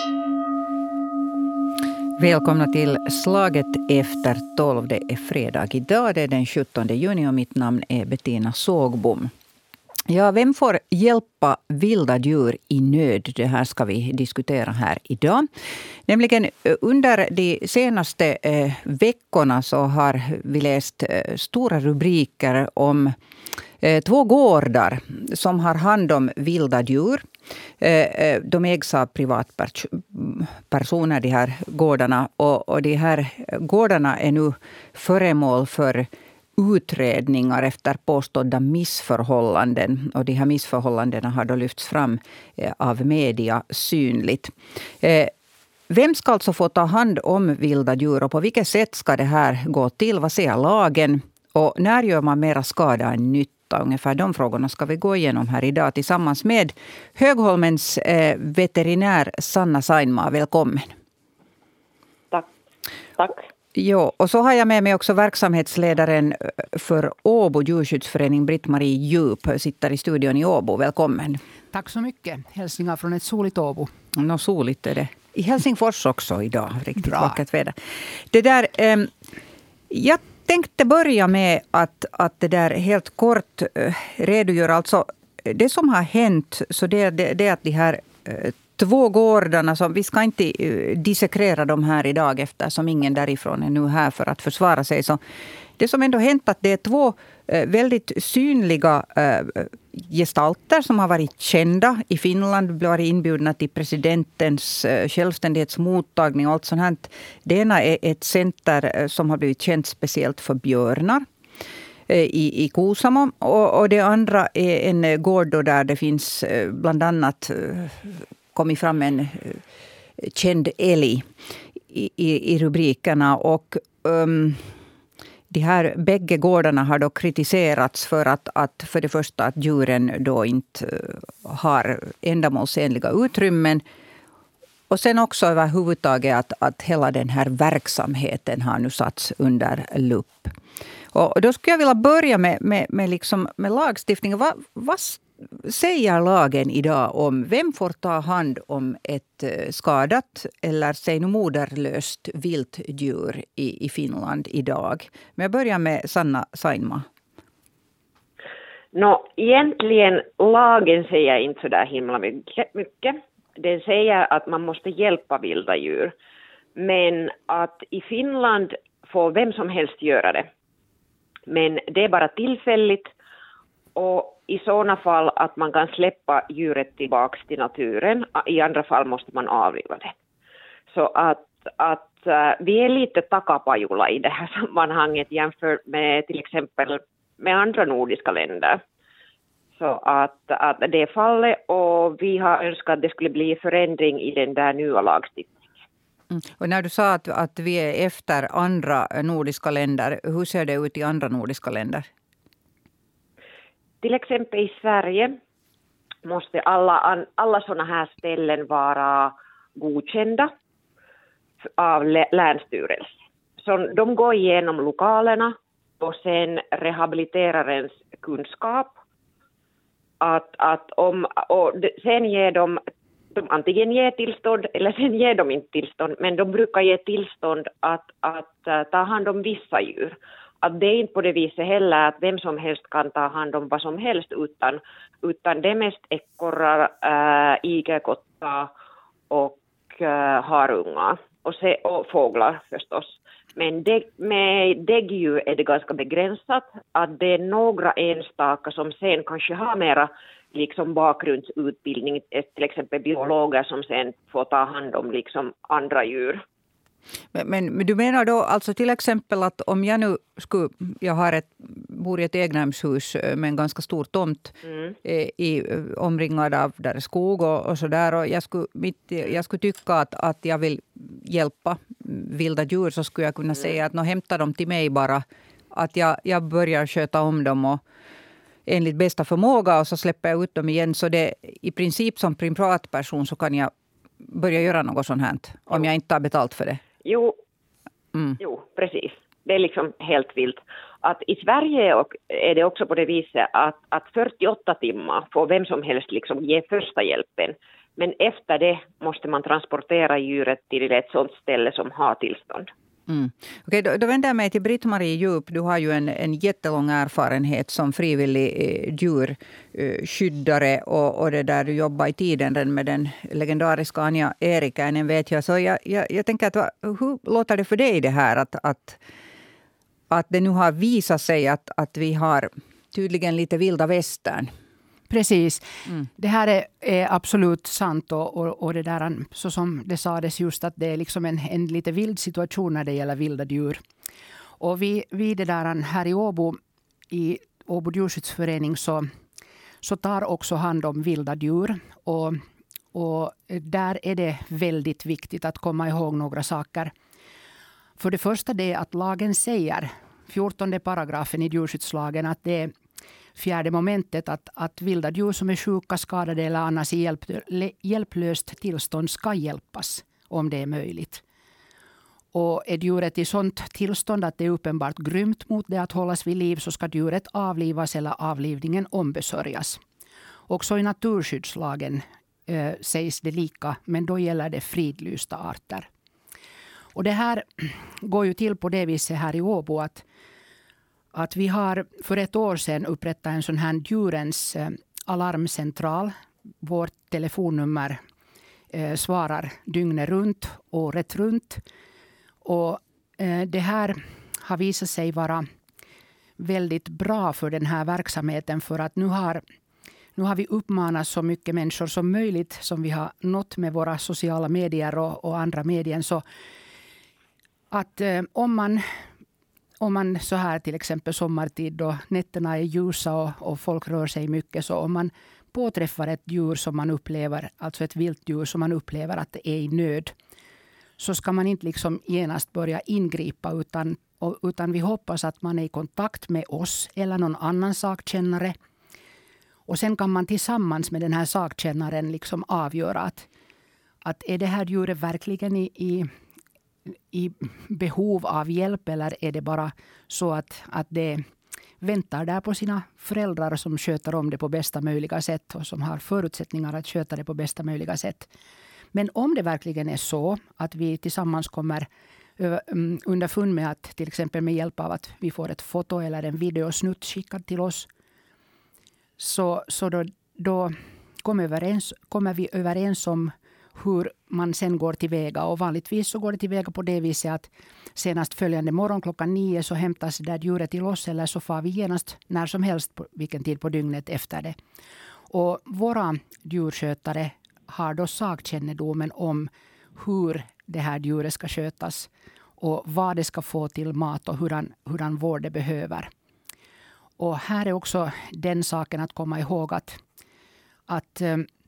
Välkomna till Slaget efter 12. Det är fredag idag, det är den 17 juni och mitt namn är Bettina Sågbom. Ja, vem får hjälpa vilda djur i nöd? Det här ska vi diskutera här idag. Nämligen under de senaste veckorna så har vi läst stora rubriker om 2 gårdar som har hand om vilda djur. De ägs av privatpersoner, de här gårdarna. Och de här gårdarna är nu föremål för utredningar efter påstådda missförhållanden. Och de här missförhållandena har då lyfts fram av media synligt. Vem ska alltså få ta hand om vilda djur och på vilket sätt ska det här gå till? Vad säger lagen? Och när gör man mera skada än nytta? Ungefär de frågorna ska vi gå igenom här idag tillsammans med Högholmens veterinär Sanna Saimaa. Välkommen. Tack. Jo, och så har jag med mig också verksamhetsledaren för Åbo djurskyddsförening, Britt-Marie Djup, sitter i studion i Åbo. Välkommen. Tack så mycket. Hälsningar från ett soligt Åbo. Soligt är det. I Helsingfors också idag. Riktigt bra. Vackert väder. Det där, jag tänkte börja med att det där helt kort redogör. Alltså, det som har hänt så det är att de här 2 gårdarna, som vi ska inte dissekrera dem här idag eftersom ingen därifrån är nu här för att försvara sig. Så det som ändå hänt att det är 2 väldigt synliga gestalter som har varit kända i Finland, varit inbjudna till presidentens självständighetsmottagning och allt sånt här. Det ena är ett center som har blivit känt speciellt för björnar i Kuusamo, och det andra är en gård där det finns bland annat kommit fram en känd älg i rubrikerna. Och de här bägge gårdarna har då kritiserats för att för det första att djuren då inte har ändamålsenliga utrymmen. Och sen också överhuvudtaget att hela den här verksamheten har nu satts under lupp. Och då skulle jag vilja börja med lagstiftningen. Vad säger lagen idag om vem får ta hand om ett skadat eller säg nu moderlöst vilt djur i Finland idag? Men jag börjar med Sanna Saimaa. Egentligen lagen säger inte så där himla mycket. Den säger att man måste hjälpa vilda djur. Men att i Finland får vem som helst göra det. Men det är bara tillfälligt, och i sådana fall att man kan släppa djuret tillbaka till naturen. I andra fall måste man avliva det. Så att vi är lite takapajula i det här sammanhanget jämfört med till exempel med andra nordiska länder. Så att det är fallet, och vi har önskat att det skulle bli förändring i den där nya lagstiftningen. Och när du sa att vi är efter andra nordiska länder, hur ser det ut i andra nordiska länder? Till exempel i Sverige måste alla sådana här ställen vara godkända av länsstyrelsen. Så de går igenom lokalerna och sen rehabiliterarens kunskap. Sen ger de antingen ger tillstånd eller sen ger de inte tillstånd. Men de brukar ge tillstånd att ta hand om vissa djur. Att det är inte på det viset heller att vem som helst kan ta hand om vad som helst, utan det är mest ekorrar, igelkottar och harungar och fåglar förstås. Men med däggdjur är det ganska begränsat, att det är några enstaka som sen kanske har mera liksom bakgrundsutbildning, till exempel biologer som sen får ta hand om liksom andra djur. Men du menar då alltså till exempel att om jag nu bor i ett egnahemshus med en ganska stor tomt omringad av där skog och sådär, och jag skulle tycka att jag vill hjälpa vilda djur, så skulle jag kunna säga att hämta dem till mig bara, att jag börjar sköta om dem och enligt bästa förmåga, och så släpper jag ut dem igen. Så det i princip som privatperson så kan jag börja göra något sånt här om jag inte har betalt för det. Jo, precis. Det är liksom helt vilt. Att i Sverige är det också på det viset att 48 timmar får vem som helst liksom ge första hjälpen. Men efter det måste man transportera djuret till ett sådant ställe som har tillstånd. Okej, då vänder jag mig till Britt-Marie Djup. Du har ju en jättelång erfarenhet som frivillig djurskyddare och det där du jobbar i tiden med den legendariska Anja Eerikäinen, vet jag. Så jag tänker att hur låter det för dig det här att det nu har visat sig att vi har tydligen lite vilda västern? Precis. Det här är absolut sant och det där, så som det sades just, att det är liksom en lite vild situation när det gäller vilda djur. Och vi det där här i Åbo djurskyddsförening så tar också hand om vilda djur och där är det väldigt viktigt att komma ihåg några saker. För det första det att lagen säger, 14:e paragrafen i djurskyddslagen, att det är 4:e momentet att vilda djur som är sjuka, skadade eller annars i hjälplöst tillstånd ska hjälpas om det är möjligt. Och är djuret i sådant tillstånd att det är uppenbart grymt mot det att hållas vid liv, så ska djuret avlivas eller avlivningen ombesörjas. Också i naturskyddslagen sägs det lika, men då gäller det fridlysta arter. Och det här går ju till på det viset här i Åbo att vi har för ett år sedan upprättat en sån här djurens alarmcentral. Vårt telefonnummer svarar dygnet runt, året runt. Och det här har visat sig vara väldigt bra för den här verksamheten, för att nu har vi uppmanat så mycket människor som möjligt som vi har nått med våra sociala medier och andra medier. Så att om man så här till exempel sommartid då nätterna är ljusa och folk rör sig mycket, så om man påträffar ett djur som man upplever, alltså ett vilt djur som man upplever att det är i nöd, så ska man inte liksom genast börja ingripa utan vi hoppas att man är i kontakt med oss eller någon annan sakkännare. Och sen kan man tillsammans med den här sakkännaren liksom avgöra att är det här djuret verkligen i behov av hjälp, eller är det bara så att det väntar där på sina föräldrar som sköter om det på bästa möjliga sätt och som har förutsättningar att sköta det på bästa möjliga sätt. Men om det verkligen är så att vi tillsammans kommer underfund med att till exempel med hjälp av att vi får ett foto eller en videosnutt skickad till oss, så då kommer vi överens om hur man sen går tillväga. Och vanligtvis så går det tillväga på det viset att senast följande morgon 9:00 så hämtas det där djuret till oss, eller så får vi genast när som helst på vilken tid på dygnet efter det. Och våra djurskötare har då sakkännedomen om hur det här djuret ska skötas och vad det ska få till mat och hurdan vård det behöver. Och här är också den saken att komma ihåg att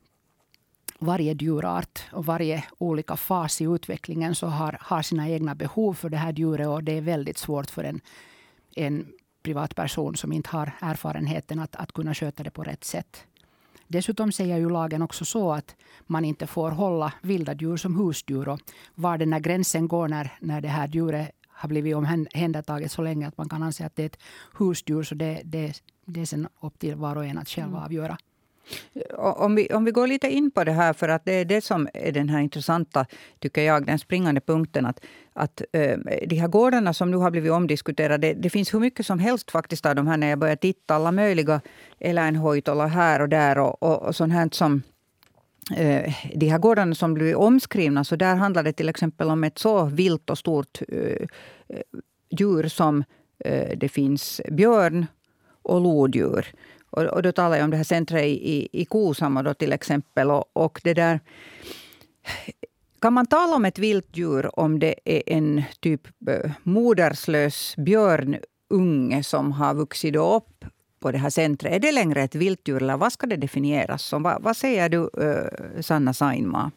varje djurart och varje olika fas i utvecklingen så har sina egna behov för det här djuret, och det är väldigt svårt för en privatperson som inte har erfarenheten att kunna sköta det på rätt sätt. Dessutom säger ju lagen också så att man inte får hålla vilda djur som husdjur, och var den här gränsen går när det här djuret har blivit omhändertaget så länge att man kan anse att det är ett husdjur, så det är sen upp till var och en att själv avgöra. Om vi går lite in på det här, för att det är det som är den här intressanta, tycker jag, den springande punkten, att de här gårdarna som nu har blivit omdiskuterade, det finns hur mycket som helst faktiskt av de här, när jag börjar titta, alla möjliga eläinhoitola här och där och sånt här som de här gårdarna som blir omskrivna, så där handlar det till exempel om ett så vilt och stort djur som det finns björn och lodjur. Och då talar jag om det här centret i Kuusamo då till exempel. Och det där, kan man tala om ett vilt djur om det är en typ moderslös björnunge som har vuxit upp på det här centret? Är det längre ett vilt djur, eller vad ska det definieras som? Vad säger du, Sanna Sainmaa?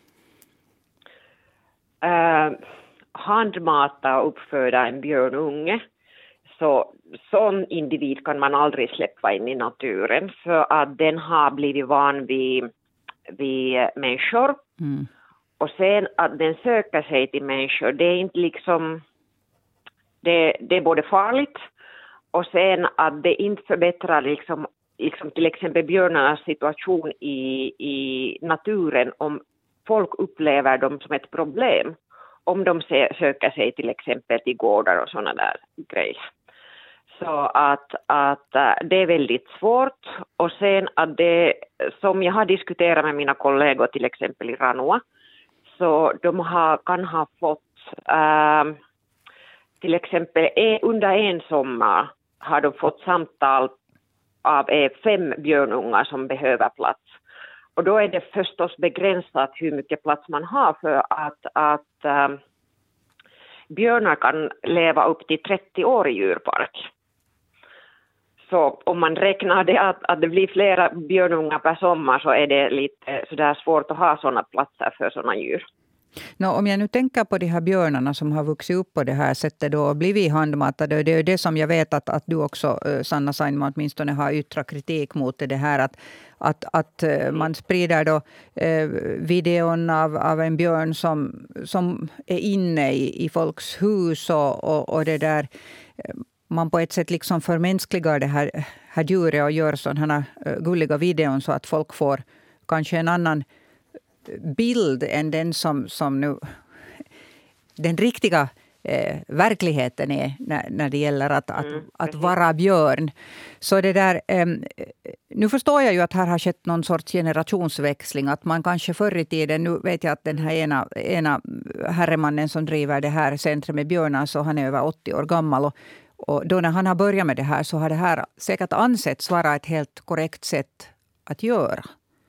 Handmata och uppföda en björnunge, så sån individ kan man aldrig släppa in i naturen, för att den har blivit van vid människor. Och sen att den söker sig till människor, det är inte liksom, det är både farligt, och sen att det inte förbättrar liksom liksom till exempel björnarnas situation i naturen, om folk upplever dem som ett problem, om de söker sig till exempel till gårdar och sådana där grejer. Så att det är väldigt svårt. Och sen att det, som jag har diskuterat med mina kollegor till exempel i Ranua, så de kan ha fått till exempel under en sommar har de fått samtal av 5 björnungar som behöver plats. Och då är det förstås begränsat hur mycket plats man har, för att björnar kan leva upp till 30 år i djurpark. Så om man räknar det att det blir flera björnungar per sommar, så är det lite sådär svårt att ha sådana platser för sådana djur. Om jag nu tänker på de här björnarna som har vuxit upp på det här sättet då och blivit handmatade, det är det som jag vet att du också, Sanna Saijonmaa, åtminstone har yttrat kritik mot det här att man sprider då videon av en björn som är inne i folks hus och det där, man på ett sätt liksom förmänskligar det här djuret och gör sådana gulliga videon så att folk får kanske en annan bild än den som nu den riktiga verkligheten är när det gäller att vara björn. Så det där, nu förstår jag ju att här har skett någon sorts generationsväxling, att man kanske förr i tiden, nu vet jag att den här ena herremannen som driver det här centret med björnar, så han är över 80 år gammal och då när han har börjat med det här så har det här säkert ansetts vara ett helt korrekt sätt att göra.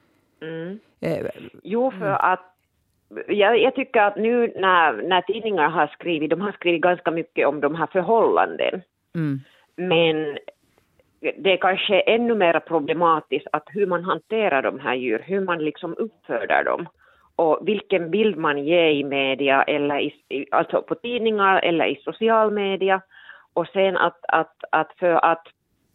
Jo, för att jag tycker att nu när tidningar har skrivit, de har skrivit ganska mycket om de här förhållanden. Men det är kanske ännu mer problematiskt att hur man hanterar de här djur, hur man liksom uppföder dem och vilken bild man ger i media eller alltså på tidningar eller i social media. Och sen att för att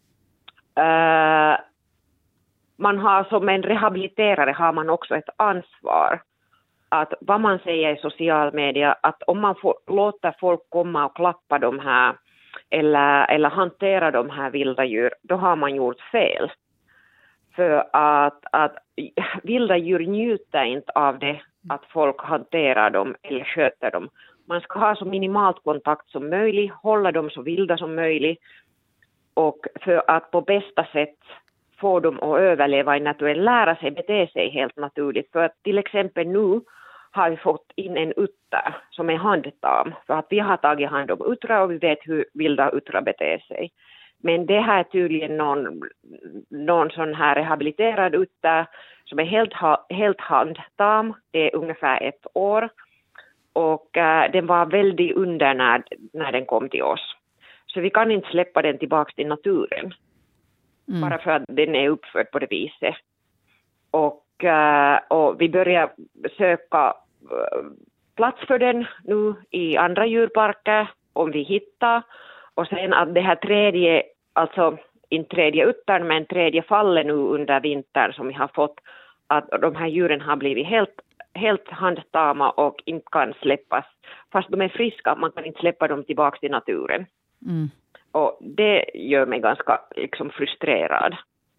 man har som en rehabiliterare har man också ett ansvar att vad man säger i social media, att om man låter folk komma och klappa de här eller hantera de här vilda djur, då har man gjort fel. För att vilda djur njuter inte av det att folk hanterar dem eller sköter dem. Man ska ha så minimalt kontakt som möjligt, hålla dem så vilda som möjligt, och för att på bästa sätt få dem att överleva i naturen, lära sig bete sig helt naturligt. För att till exempel nu har vi fått in en utter som är handtam. För att vi har tagit hand om uttrar och vi vet hur vilda uttrar beter sig. Men det här är tydligen någon sån här rehabiliterad utter som är helt handtam. Det är ungefär 1 år. Och den var väldigt undernärd när den kom till oss. Så vi kan inte släppa den tillbaka till naturen. Bara för att den är uppförd på det viset. Och vi börjar söka plats för den nu i andra djurparker om vi hittar. Och sen att det här tredje, alltså inte tredje uttern men tredje fallet nu under vintern som vi har fått, att de här djuren har blivit helt handtama och inte kan släppas. Fast de är friska, man kan inte släppa dem tillbaka till naturen. Och det gör mig ganska liksom frustrerad.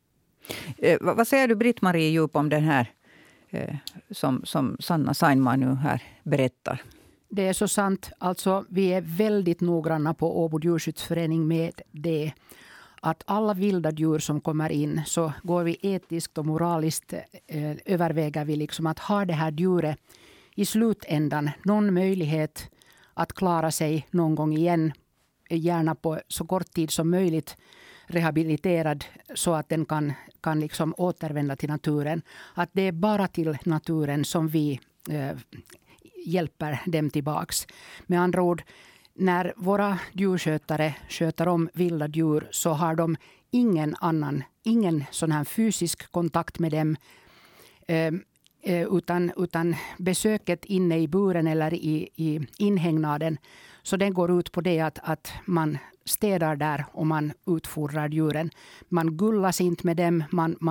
Vad säger du, Britt-Marie Djup, om den här som Sanna Saijonmaa nu här berättar? Det är så sant. Alltså, vi är väldigt noggranna på Åbo djurskyddsförening med det. Att alla vilda djur som kommer in, så går vi etiskt och moraliskt överväger vi liksom att ha det här djuret i slutändan någon möjlighet att klara sig någon gång igen, gärna på så kort tid som möjligt rehabiliterad så att den kan liksom återvända till naturen. Att det är bara till naturen som vi hjälper dem tillbaks. Med andra ord, när våra djurskötare sköter om vilda djur så har de ingen sån här fysisk kontakt med dem, utan besöket inne i buren eller i inhägnaden. Så den går ut på det att man städar där och man utfodrar djuren. Man gullas inte med dem,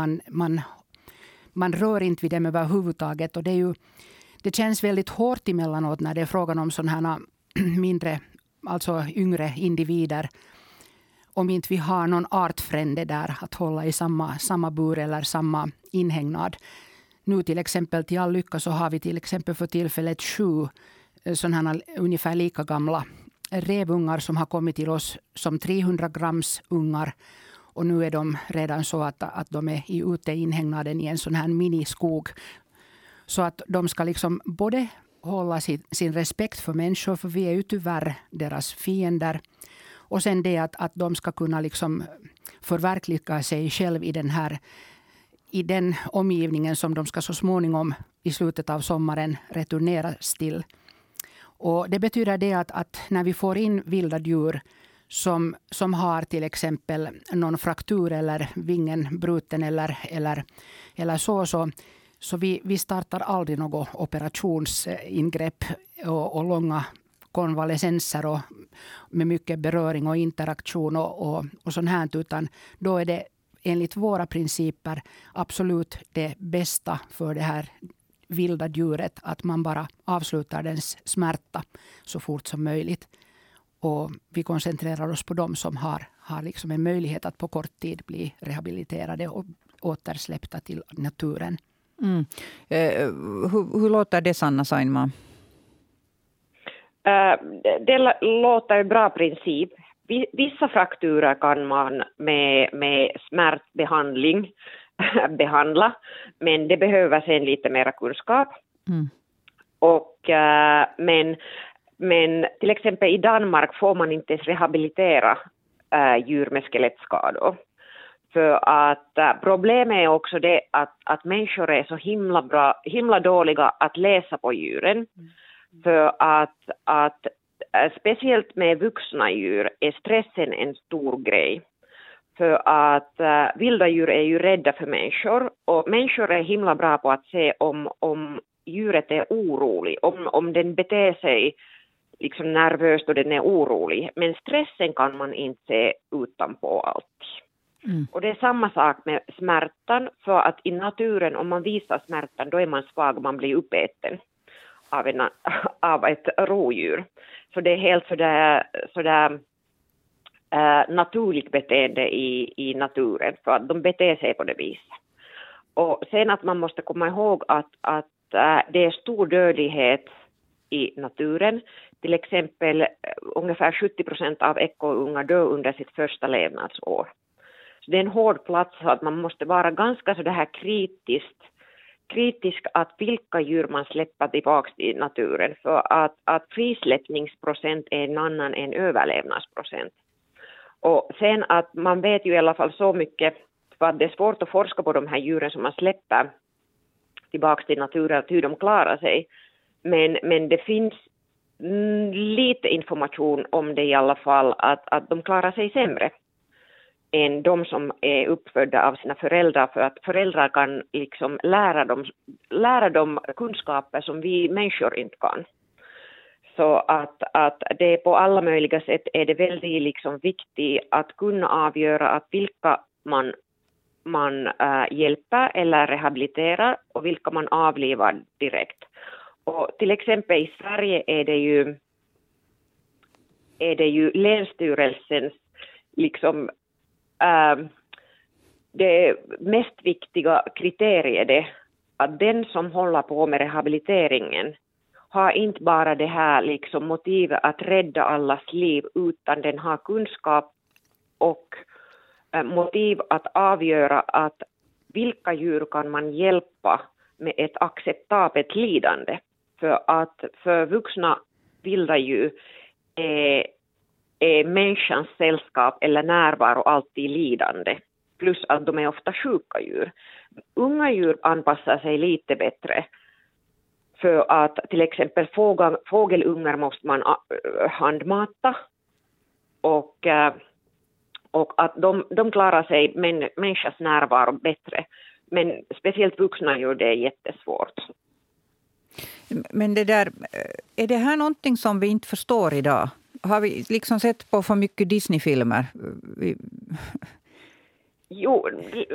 man rör inte vid dem överhuvudtaget. Och det känns väldigt hårt emellanåt när det är frågan om sådana här mindre, alltså yngre individer. om inte vi har någon artfrände där att hålla i samma bur eller samma inhägnad. Nu till exempel till all lycka så har vi till exempel för tillfället 7 sådana ungefär lika gamla revungar som har kommit till oss som 300 grams ungar. Och nu är de redan så att de är ute i inhägnaden i en sån här miniskog. Så att de ska liksom både hålla sin respekt för människor, för vi är ju tyvärr deras fiender. Och sen det att de ska kunna liksom förverkliga sig själv i den omgivningen som de ska så småningom i slutet av sommaren returneras till. Och det betyder det att när vi får in vilda djur som har till exempel någon fraktur eller vingen bruten eller så vi startar aldrig något operationsingrepp och långa konvalescenser och med mycket beröring och interaktion och sånt här, utan då är det enligt våra principer absolut det bästa för det här vilda djuret att man bara avslutar dens smärta så fort som möjligt. Och vi koncentrerar oss på dem som har liksom en möjlighet att på kort tid bli rehabiliterade och återsläppta till naturen. Mm. Hur låter det, Sanna Saimaa? Det låter en bra princip. Vissa frakturer kan man med smärtbehandling behandla, men det behöver sen lite mer kunskap. Mm. Men till exempel i Danmark får man inte ens rehabilitera djur med skelettskador. För att problemet är också det att människor är så himla dåliga att läsa på djuren. Mm. För att speciellt med vuxna djur är stressen en stor grej. För att vilda djur är ju rädda för människor. Och människor är himla bra på att se om djuret är orolig. Om den beter sig liksom nervöst och den är orolig. Men stressen kan man inte se utanpå alltid. Mm. Och det är samma sak med smärtan. För att i naturen, om man visar smärtan, då är man svag, man blir uppäten av ett rådjur. Så det är helt sådär naturligt beteende i naturen, för att de beter sig på det viset. Och sen att man måste komma ihåg att det är stor dödlighet i naturen. Till exempel ungefär 70% av ekorrungar dör under sitt första levnadsår. Så det är en hård plats, så att man måste vara ganska så det här kritisk att vilka djur man släpper tillbaka i naturen, för att frisläppningsprocent är en annan än överlevnadsprocent. Och sen att man vet ju i alla fall så mycket, för att det är svårt att forska på de här djuren som man släpper tillbaka till naturen, hur de klarar sig. Men det finns lite information om det i alla fall, att de klarar sig sämre än de som är uppfödda av sina föräldrar, för att föräldrar kan liksom lära dem kunskaper som vi människor inte kan. Så att det är på alla möjliga sätt är det väldigt liksom viktigt att kunna avgöra att vilka man hjälper eller rehabiliterar och vilka man avlivar direkt. Och till exempel i Sverige är det ju länsstyrelsens liksom det mest viktiga kriteriet är att den som håller på med rehabiliteringen har inte bara det här liksom motivet att rädda allas liv, utan den har kunskap och motiv att avgöra att vilka djur kan man hjälpa med ett acceptabelt lidande. För vuxna vilda djur är människans sällskap eller närvaro alltid lidande. Plus att de är ofta sjuka djur. Unga djur anpassar sig lite bättre. För att till exempel fågelungar måste man handmata. Och att de klarar sig med människans närvaro bättre. Men speciellt vuxna djur, det är jättesvårt. Men är det här någonting som vi inte förstår idag? Har vi liksom sett på för mycket Disney-filmer? Jo,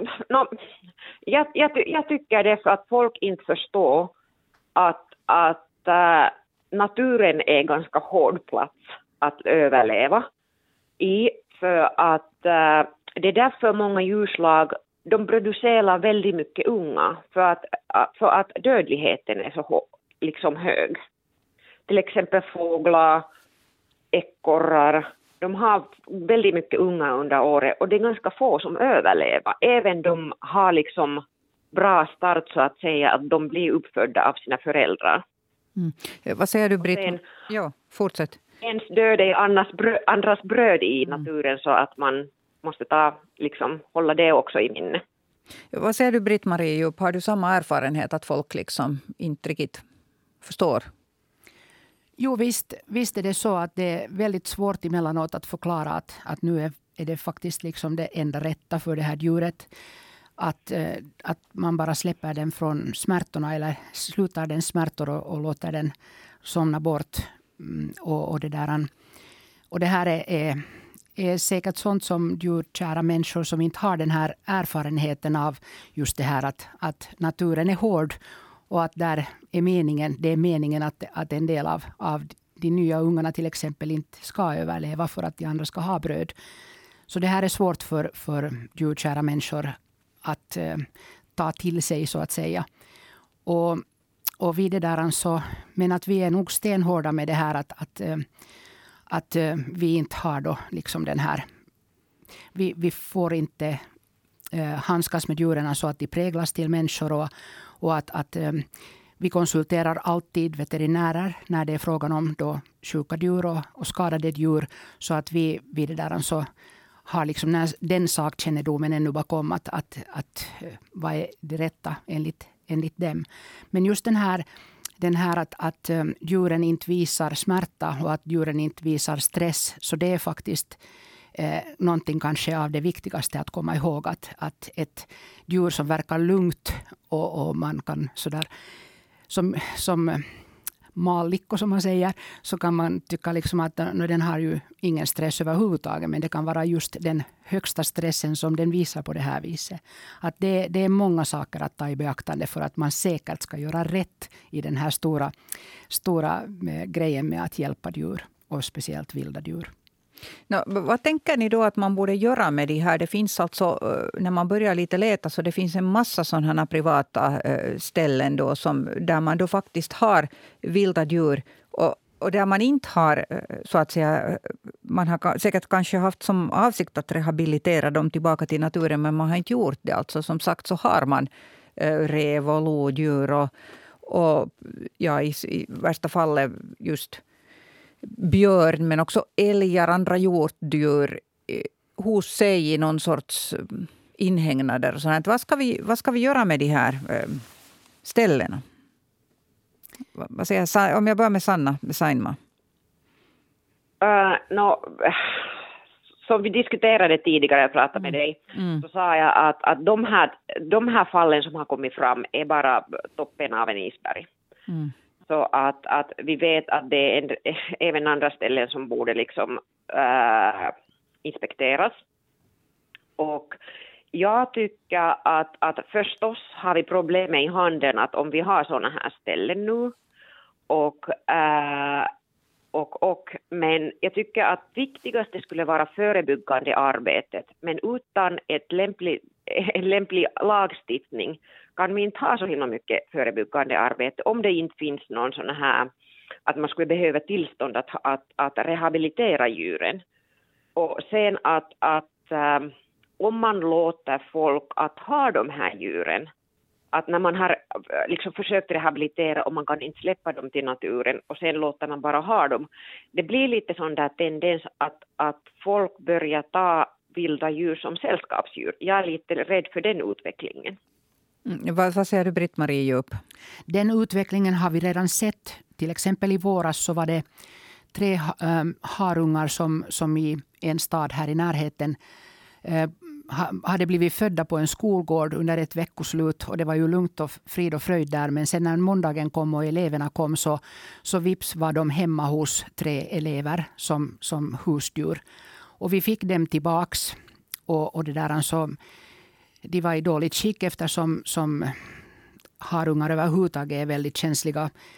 jag tycker det är för att folk inte förstår att naturen är ganska hård plats att överleva i. för att det är därför många djurslag de producerar väldigt mycket unga för att dödligheten är så liksom hög. Till exempel fåglar, ekorrar, de har väldigt mycket unga under året och det är ganska få som överlever. Även de har liksom bra start så att säga, att de blir uppfödda av sina föräldrar. Vad säger du, Britt? Ja, fortsätt. Ens död är andras bröd i naturen, så att man måste hålla det också i minne. Vad säger du, Britt-Marie Djup? Har du samma erfarenhet att folk liksom inte riktigt förstår? Jo, visst är det så att det är väldigt svårt emellanåt att förklara att nu är det faktiskt liksom det enda rätta för det här djuret. Att man bara släpper den från smärtorna eller slutar den smärtor och låter den somna bort. Och det där. Och det här är säkert sånt som djurkära människor som inte har den här erfarenheten av just det här att naturen är hård. Och att det är meningen att en del av de nya ungarna till exempel inte ska överleva för att de andra ska ha bröd. Så det här är svårt för djurkära människor att ta till sig, så att säga. Och vid det där så, men att vi är nog stenhårda med det här att vi inte har då liksom den här, vi får inte handskas med djuren så att de präglas till människor och att vi konsulterar alltid veterinärer när det är frågan om då sjuka djur och skadade djur, så att vi vid det där så har liksom den sakkännedomen ännu bakom att vad är det rätta enligt dem. Men just den här att djuren inte visar smärta och att djuren inte visar stress, så det är faktiskt någonting kanske av det viktigaste att komma ihåg, att ett djur som verkar lugnt och man kan sådär som mallikko som man säger, så kan man tycka liksom att den har ju ingen stress överhuvudtaget, men det kan vara just den högsta stressen som den visar på det här viset. Att det är många saker att ta i beaktande för att man säkert ska göra rätt i den här stora grejen med att hjälpa djur och speciellt vilda djur. Vad tänker ni då att man borde göra med det här? Det finns alltså, när man börjar lite leta, så det finns en massa sådana privata ställen då, där man då faktiskt har vilda djur och där man inte har, så att säga, man har säkert kanske haft som avsikt att rehabilitera dem tillbaka till naturen, men man har inte gjort det. Alltså som sagt så har man rev och lodjur och ja, i värsta fall just björn, men också älgar, andra hjortdjur hos sig i någon sorts inhägnader. Så att vad ska vi göra med de här ställena? Vad säger, om jag börjar med Sanna Seinma. Som vi diskuterade tidigare, jag pratade med dig, så sa jag att de här fallen som har kommit fram är bara toppen av en isberg. Så att vi vet att det är även andra ställen som borde liksom inspekteras. Och jag tycker att förstås har vi problem i handen att om vi har sådana här ställen nu men jag tycker att viktigaste skulle vara förebyggande arbetet, men utan en lämplig lagstiftning kan vi inte ha så himla mycket förebyggande arbete om det inte finns någon sån här att man skulle behöva tillstånd att rehabilitera djuren. Och sen att om man låter folk att ha de här djuren, att när man har liksom försökt rehabilitera och man kan inte släppa dem till naturen och sen låter man bara ha dem, det blir lite sån där tendens att folk börjar ta vilda djur som sällskapsdjur. Jag är lite rädd för den utvecklingen. Vad säger du, Britt-Marie Djup? Den utvecklingen har vi redan sett. Till exempel i våras så var det 3 harungar som i en stad här i närheten hade blivit födda på en skolgård under ett veckoslut. Och det var ju lugnt och frid och fröjd där. Men sen när måndagen kom och eleverna kom så vips var de hemma hos 3 elever som husdjur. Och vi fick dem tillbaks. Och det där så... De var i dåligt skick eftersom harungar överhuvudtaget är väldigt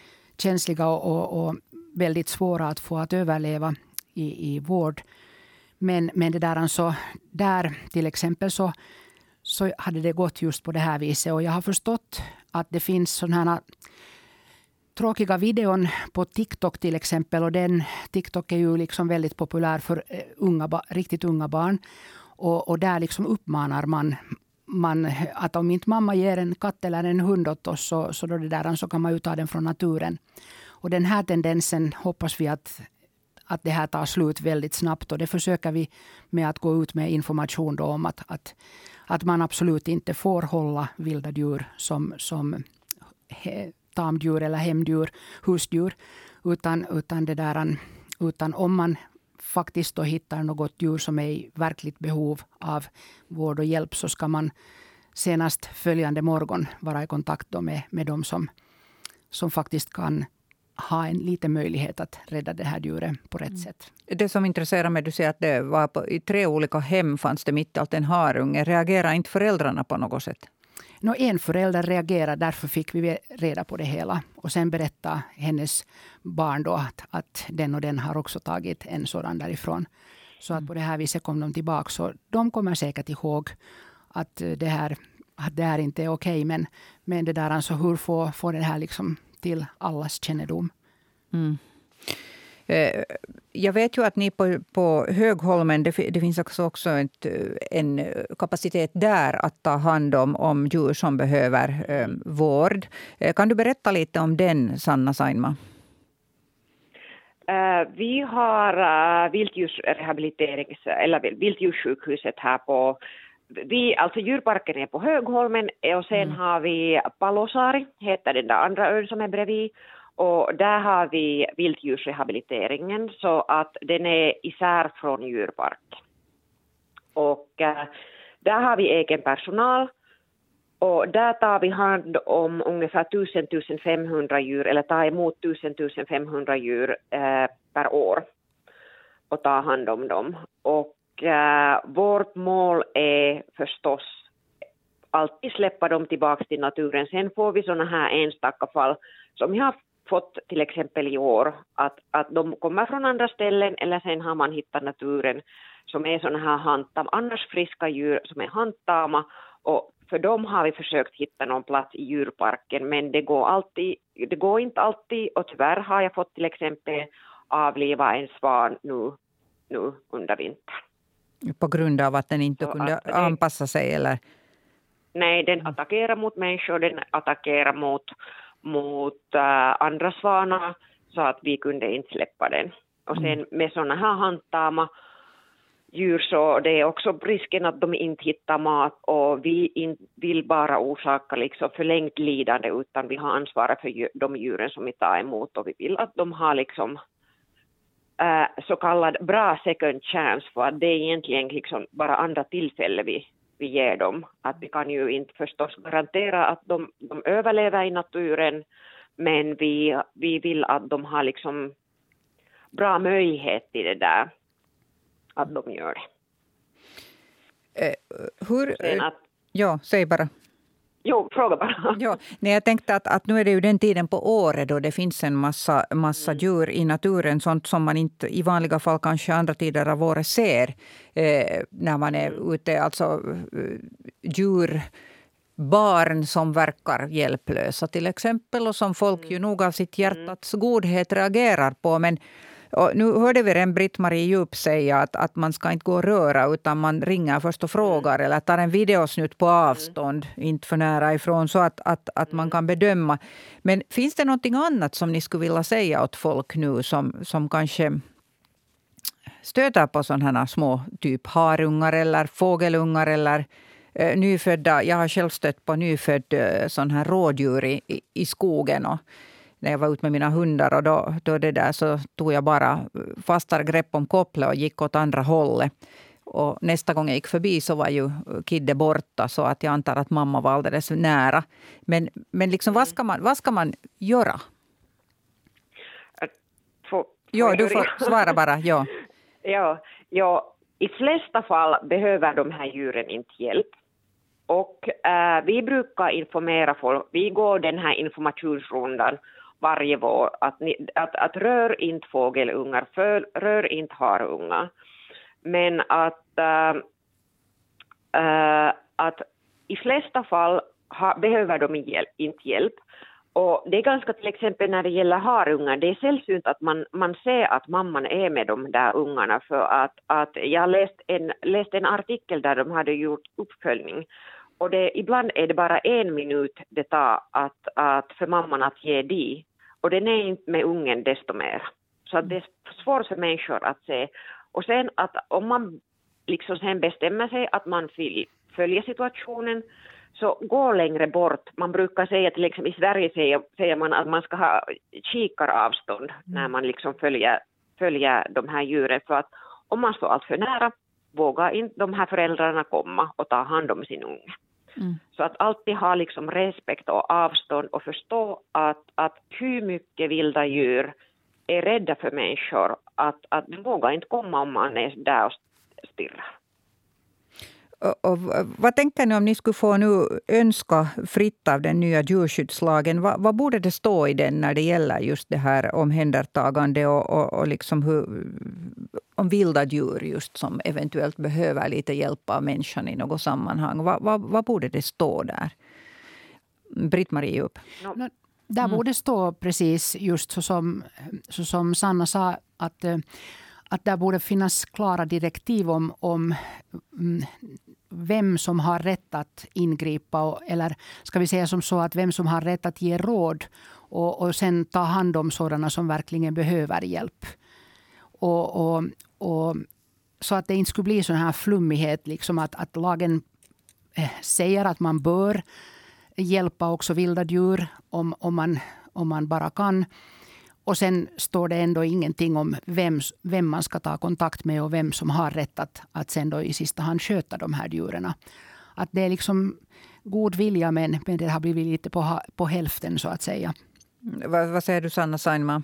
känsliga och väldigt svåra att få att överleva i vård. Men det där, alltså, där till exempel så hade det gått just på det här viset. Och jag har förstått att det finns sådana här tråkiga videon på TikTok till exempel. Och TikTok är ju liksom väldigt populär för riktigt unga barn. Och där liksom uppmanar man att om inte mamma ger en katt eller en hund åt oss så då det där, så kan man ju ta den från naturen. Och den här tendensen hoppas vi att det här tar slut väldigt snabbt. Och det försöker vi med att gå ut med information då om att man absolut inte får hålla vilda djur som tamdjur eller hemdjur, husdjur. Utan om man faktiskt då hittar något djur som är i verkligt behov av vård och hjälp, så ska man senast följande morgon vara i kontakt då med de som faktiskt kan ha en liten möjlighet att rädda det här djuret på rätt sätt. Det som intresserar mig, du säger att det var i 3 olika hem fanns det mitt allt en harunge. Reagerar inte föräldrarna på något sätt? En förälder reagerade, därför fick vi reda på det hela. Och sen berättade hennes barn då att den och den har också tagit en sådan därifrån. Så att på det här viset kom de tillbaka. Så de kommer säkert ihåg att det här inte är okej. Men det där, alltså, hur får det här liksom till allas kännedom? Mm. Jag vet ju att ni på Högholmen, det finns också en kapacitet där att ta hand om djur som behöver vård. Kan du berätta lite om den, Sanna Sainma? Vi har viltdjurssjukhuset här på... Alltså djurparken är på Högholmen och sen har vi Palosaari, heter den där andra ön som är bredvid. Och där har vi viltdjursrehabiliteringen, så att den är isär från djurpark. Och där har vi egen personal och där tar vi hand om ungefär 1000-1500 djur, eller tar emot 1000-1500 djur per år och tar hand om dem. Och vårt mål är förstås alltid släppa dem tillbaka till naturen. Sen får vi sådana här enstaka fall som vi har fått till exempel i år, att de kommer från andra ställen, eller sen har man hittat naturen som är sådana här handtama, annars friska djur som är handtama, och för dem har vi försökt hitta någon plats i djurparken, men det går inte alltid, och tyvärr har jag fått till exempel avliva en svan nu under vintern. På grund av att den inte kunde anpassa sig, eller? Nej, den attackerar mot människor, den attackerar mot andra svanar, så att vi kunde inte släppa den. Och sen med sådana här handtama djur, så det är också risken att de inte hittar mat, och vi inte vill bara orsaka liksom förlängt lidande, utan vi har ansvaret för de djuren som vi tar emot, och vi vill att de har liksom så kallad bra second chance, för att det är egentligen liksom bara andra tillfällen vi ger dem. Att vi kan ju inte förstås garantera att de överlever i naturen, men vi vill att de har liksom bra möjlighet till det där, att de gör det. Ja, säg bara. Jo, fråga bara. Ja, jag tänkte att nu är det ju den tiden på året då det finns en massa djur i naturen. Sånt som man inte i vanliga fall kanske andra tider av året ser när man är ute. Alltså djurbarn som verkar hjälplösa till exempel. Och som folk ju nog av sitt hjärtats godhet reagerar på. Men och nu hörde vi en Britt-Marie Djup säga att man ska inte gå och röra, utan man ringer först och frågar eller tar en videosnutt på avstånd, inte för nära ifrån, så att man kan bedöma. Men finns det någonting annat som ni skulle vilja säga åt folk nu som kanske stöter på sådana här små typ harungar eller fågelungar eller nyfödda? Jag har själv stött på nyfödd sån här rådjur i skogen, och när jag var ute med mina hundar, och då det där, så tog jag bara fastare grepp om kopplet och gick åt andra hållet. Och nästa gång jag gick förbi så var ju Kidde borta, så att jag antar att mamma var alldeles nära. Men liksom, vad ska man göra? Ja, du får svara bara. Ja. Ja, i flesta fall behöver de här djuren inte hjälp. Och vi brukar informera folk. Vi går den här informationsrundan varje vår, att rör inte fågelungar, rör inte harungar. Men att i flesta fall behöver de inte hjälp. Och det är ganska, till exempel när det gäller harungar, det är sällsynt att man ser att mamman är med de där ungarna, för att jag läste en artikel där de hade gjort uppföljning. Och ibland är det bara 1 minut det tar att för mamman att ge di. Och den är inte med ungen desto mer. Så att det är svårt för människor att se. Och sen att om man liksom sen bestämmer sig att man vill följa situationen, så gå längre bort. Man brukar säga, till exempel i Sverige säger man att man ska ha kikaravstånd när man liksom följer de här djuren. För att om man står allt för nära, vågar inte de här föräldrarna komma och ta hand om sin unge. Så att alltid ha liksom respekt och avstånd och förstå att hur mycket vilda djur är rädda för människor. Att de vågar inte komma om man är där och stirrar. Och vad tänker ni om ni skulle få nu önska fritt av den nya djurskyddslagen? Vad borde det stå i den när det gäller just det här omhändertagande och liksom om vilda djur just som eventuellt behöver lite hjälp av människan i något sammanhang? Vad borde det stå där? Britt-Marie upp. Där borde stå precis just så som Sanna sa, att där borde finnas klara direktiv om vem som har rätt att ingripa, eller ska vi säga som så att vem som har rätt att ge råd och sen ta hand om sådana som verkligen behöver hjälp. Och så att det inte skulle bli sån här flummighet, liksom att lagen säger att man bör hjälpa också vilda djur om man bara kan. Och sen står det ändå ingenting om vem man ska ta kontakt med och vem som har rätt att sen då i sista hand sköta de här djuren. Att det är liksom god vilja, men det har blivit lite på hälften så att säga. Vad säger du, Sanna Saimaa?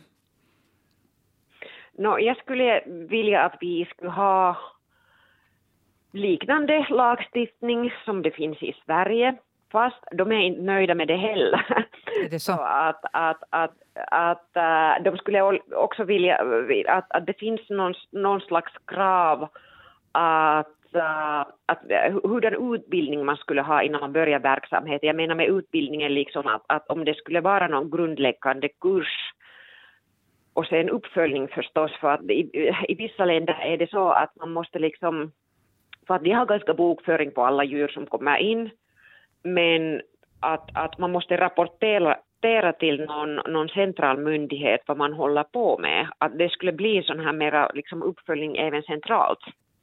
Jag skulle vilja att vi skulle ha liknande lagstiftning som det finns i Sverige. Fast de är inte nöjda med det heller. Är det så? Att de skulle också vilja att det finns någon slags krav att hurdan utbildning man skulle ha innan man börjar verksamhet. Jag menar med utbildningen liksom att om det skulle vara någon grundläggande kurs och sen uppföljning förstås, för att i vissa länder är det så att man måste liksom, för att de har ganska bokföring på alla djur som kommer in, men att man måste rapportera till någon central myndighet vad man håller på med. Att det skulle bli sån här mera liksom uppföljning även centralt.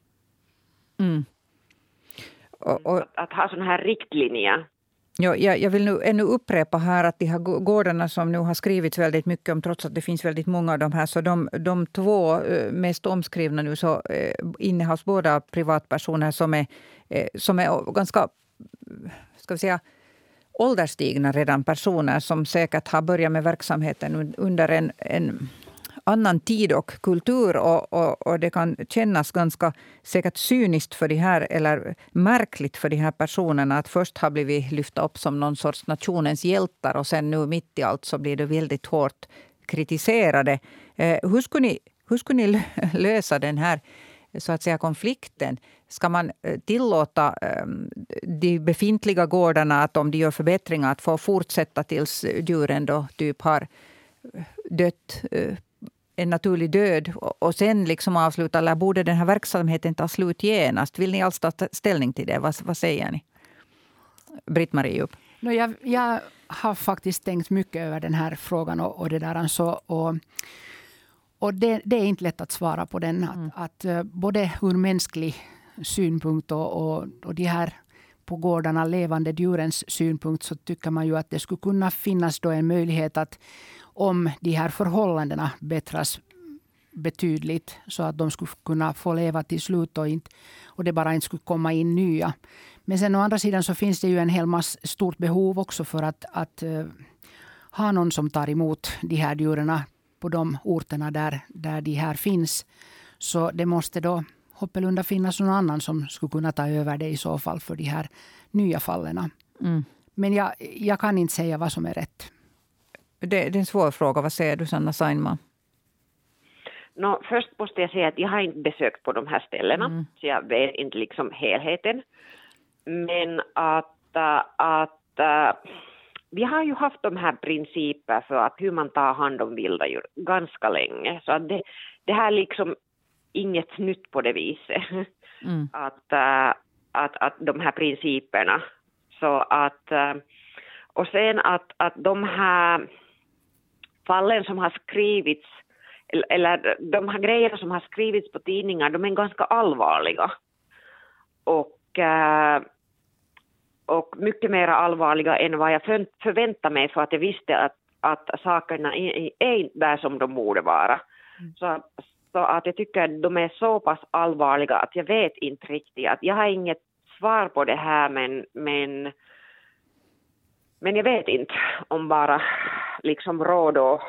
Att ha sån här riktlinjer. Ja, jag vill nu ännu upprepa här att de här gårdarna som nu har skrivits väldigt mycket om, trots att det finns väldigt många av de här, så de 2 mest omskrivna nu så innehas båda av privatpersoner som är ganska, ska vi säga, ålderstigna redan personer som säkert har börjat med verksamheten under en annan tid och kultur, och det kan kännas ganska säkert cyniskt för de här, eller märkligt för de här personerna att först har blivit lyfta upp som någon sorts nationens hjältar och sen nu mitt i allt så blir det väldigt hårt kritiserade. Hur skulle ni lösa den här så att säga konflikten? Ska man tillåta de befintliga gårdarna att om de gör förbättringar att få fortsätta tills djuren då typ har dött en naturlig död och sen liksom avsluta, eller borde den här verksamheten ta slut genast? Vill ni alls ta ställning till det? Vad säger ni? Britt-Marie upp. Jag har faktiskt tänkt mycket över den här frågan och det där alltså, och det är inte lätt att svara på den. Att både ur mänsklig synpunkt och de här på gårdarna levande djurens synpunkt så tycker man ju att det skulle kunna finnas då en möjlighet att om de här förhållandena bättras betydligt så att de skulle kunna få leva till slut och det bara inte skulle komma in nya. Men sen å andra sidan så finns det ju en hel massa stort behov också för att ha någon som tar emot de här djuren på de orterna där de här finns. Så det måste då hoppelunda finnas någon annan som skulle kunna ta över det i så fall för de här nya fallen. Men jag kan inte säga vad som är rätt. Det är en svår fråga. Vad säger du, Sanna Saimaa? Först måste jag säga att jag har inte besökt på de här ställena, så jag vet inte liksom helheten. Men att vi har ju haft de här principer för att hur man tar hand om vilda djur ganska länge. Så att det här är liksom inget nytt på det viset. Att de här principerna. Så att, och sen att de här fallen som har skrivits, eller de här grejerna som har skrivits på tidningar, de är ganska allvarliga. Och mycket mer allvarliga än vad jag förväntade mig, för att jag visste att sakerna är inte där som de borde vara. Så att jag tycker att de är så pass allvarliga att jag vet inte riktigt. Att jag har inget svar på det här, men jag vet inte om bara liksom råd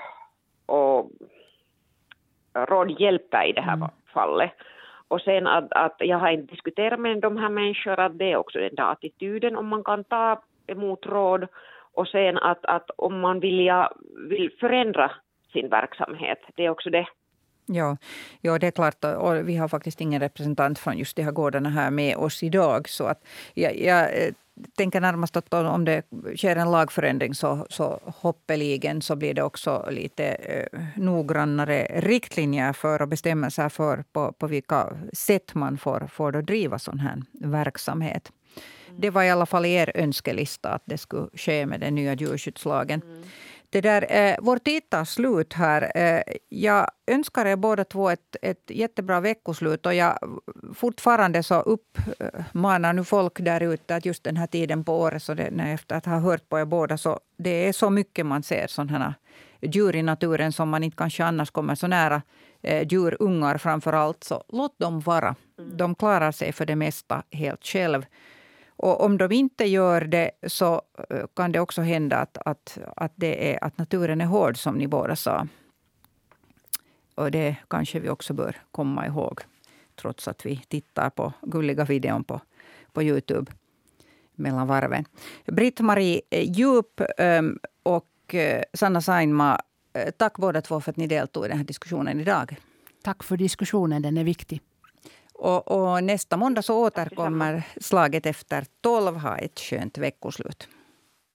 hjälper i det här fallet. Och sen att jag har inte diskuterat med de här människorna, att det är också den där attityden om man kan ta emot råd. Och sen att om man vill förändra sin verksamhet, det är också det. Ja, det är klart, och vi har faktiskt ingen representant från just de här gårdarna här med oss idag. Så att jag tänker närmast att om det sker en lagförändring så hoppeligen så blir det också lite noggrannare riktlinjer för och bestämmelser för på vilka sätt man får då driva sån här verksamhet. Det var i alla fall er önskelista att det skulle ske med den nya djurskyddslagen. Vår tid tar slut här. Jag önskar er båda två ett jättebra veckoslut. Och jag fortfarande så uppmanar nu folk där ute att just den här tiden på året, så efter att ha hört på er båda, så det är så mycket man ser sådana här djur i naturen som man inte kanske annars kommer så nära. Djurungar framför allt, så låt dem vara. De klarar sig för det mesta helt själv. Och om de inte gör det så kan det också hända att naturen är hård, som ni båda sa. Och det kanske vi också bör komma ihåg, trots att vi tittar på gulliga videon på YouTube mellan varven. Britt-Marie Djup och Sanna Saimaa, tack båda två för att ni deltog i den här diskussionen idag. Tack för diskussionen, den är viktig. Och nästa måndag så återkommer Slaget efter 12. Ha ett skönt veckoslut.